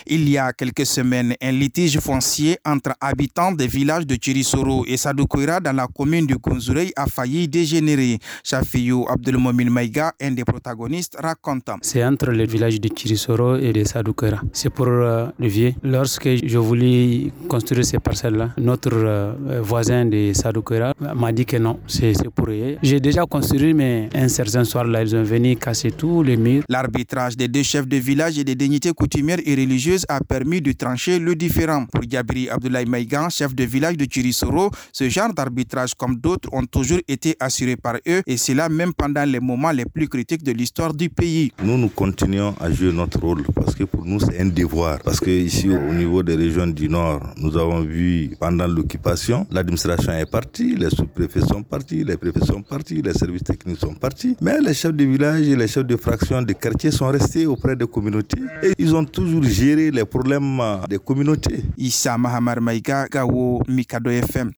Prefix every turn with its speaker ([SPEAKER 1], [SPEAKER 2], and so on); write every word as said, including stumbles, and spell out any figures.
[SPEAKER 1] Il y a quelques semaines, un litige foncier entre habitants des villages de Chirisoro et Sadoukoura dans la commune de Gonzourei a failli dégénérer. Chafiou Abdelmomin Maïga, un des protagonistes, raconte.
[SPEAKER 2] C'est entre les villages de Chirisoro et de Sadoukoura. C'est pour euh, le vieux. Lorsque je voulais construire ces parcelles-là, notre euh, voisin de Sadoukoura m'a dit que non, c'est, c'est pour eux. J'ai déjà construit, mais un certain soir-là, ils ont venu casser tous les murs.
[SPEAKER 1] L'arbitrage des deux chefs de village et des dignités coutumières et religieuses a permis de trancher le différend. Pour Gabri Abdoulaye Maïgan, chef de village de Chirisoro, ce genre d'arbitrage comme d'autres ont toujours été assurés par eux et cela même pendant les moments les plus critiques de l'histoire du pays.
[SPEAKER 3] Nous, nous continuons à jouer notre rôle parce que pour nous, c'est un devoir. Parce que ici, au niveau des régions du Nord, nous avons vu pendant l'occupation, l'administration est partie, les sous-préfets sont partis, les préfets sont partis, les services techniques sont partis. Mais les chefs de village et les chefs de fraction des quartiers sont restés auprès des communautés et ils ont toujours géré les problèmes des communautés.
[SPEAKER 1] Issa Mahamar Maïga, Gao, Mikado F M.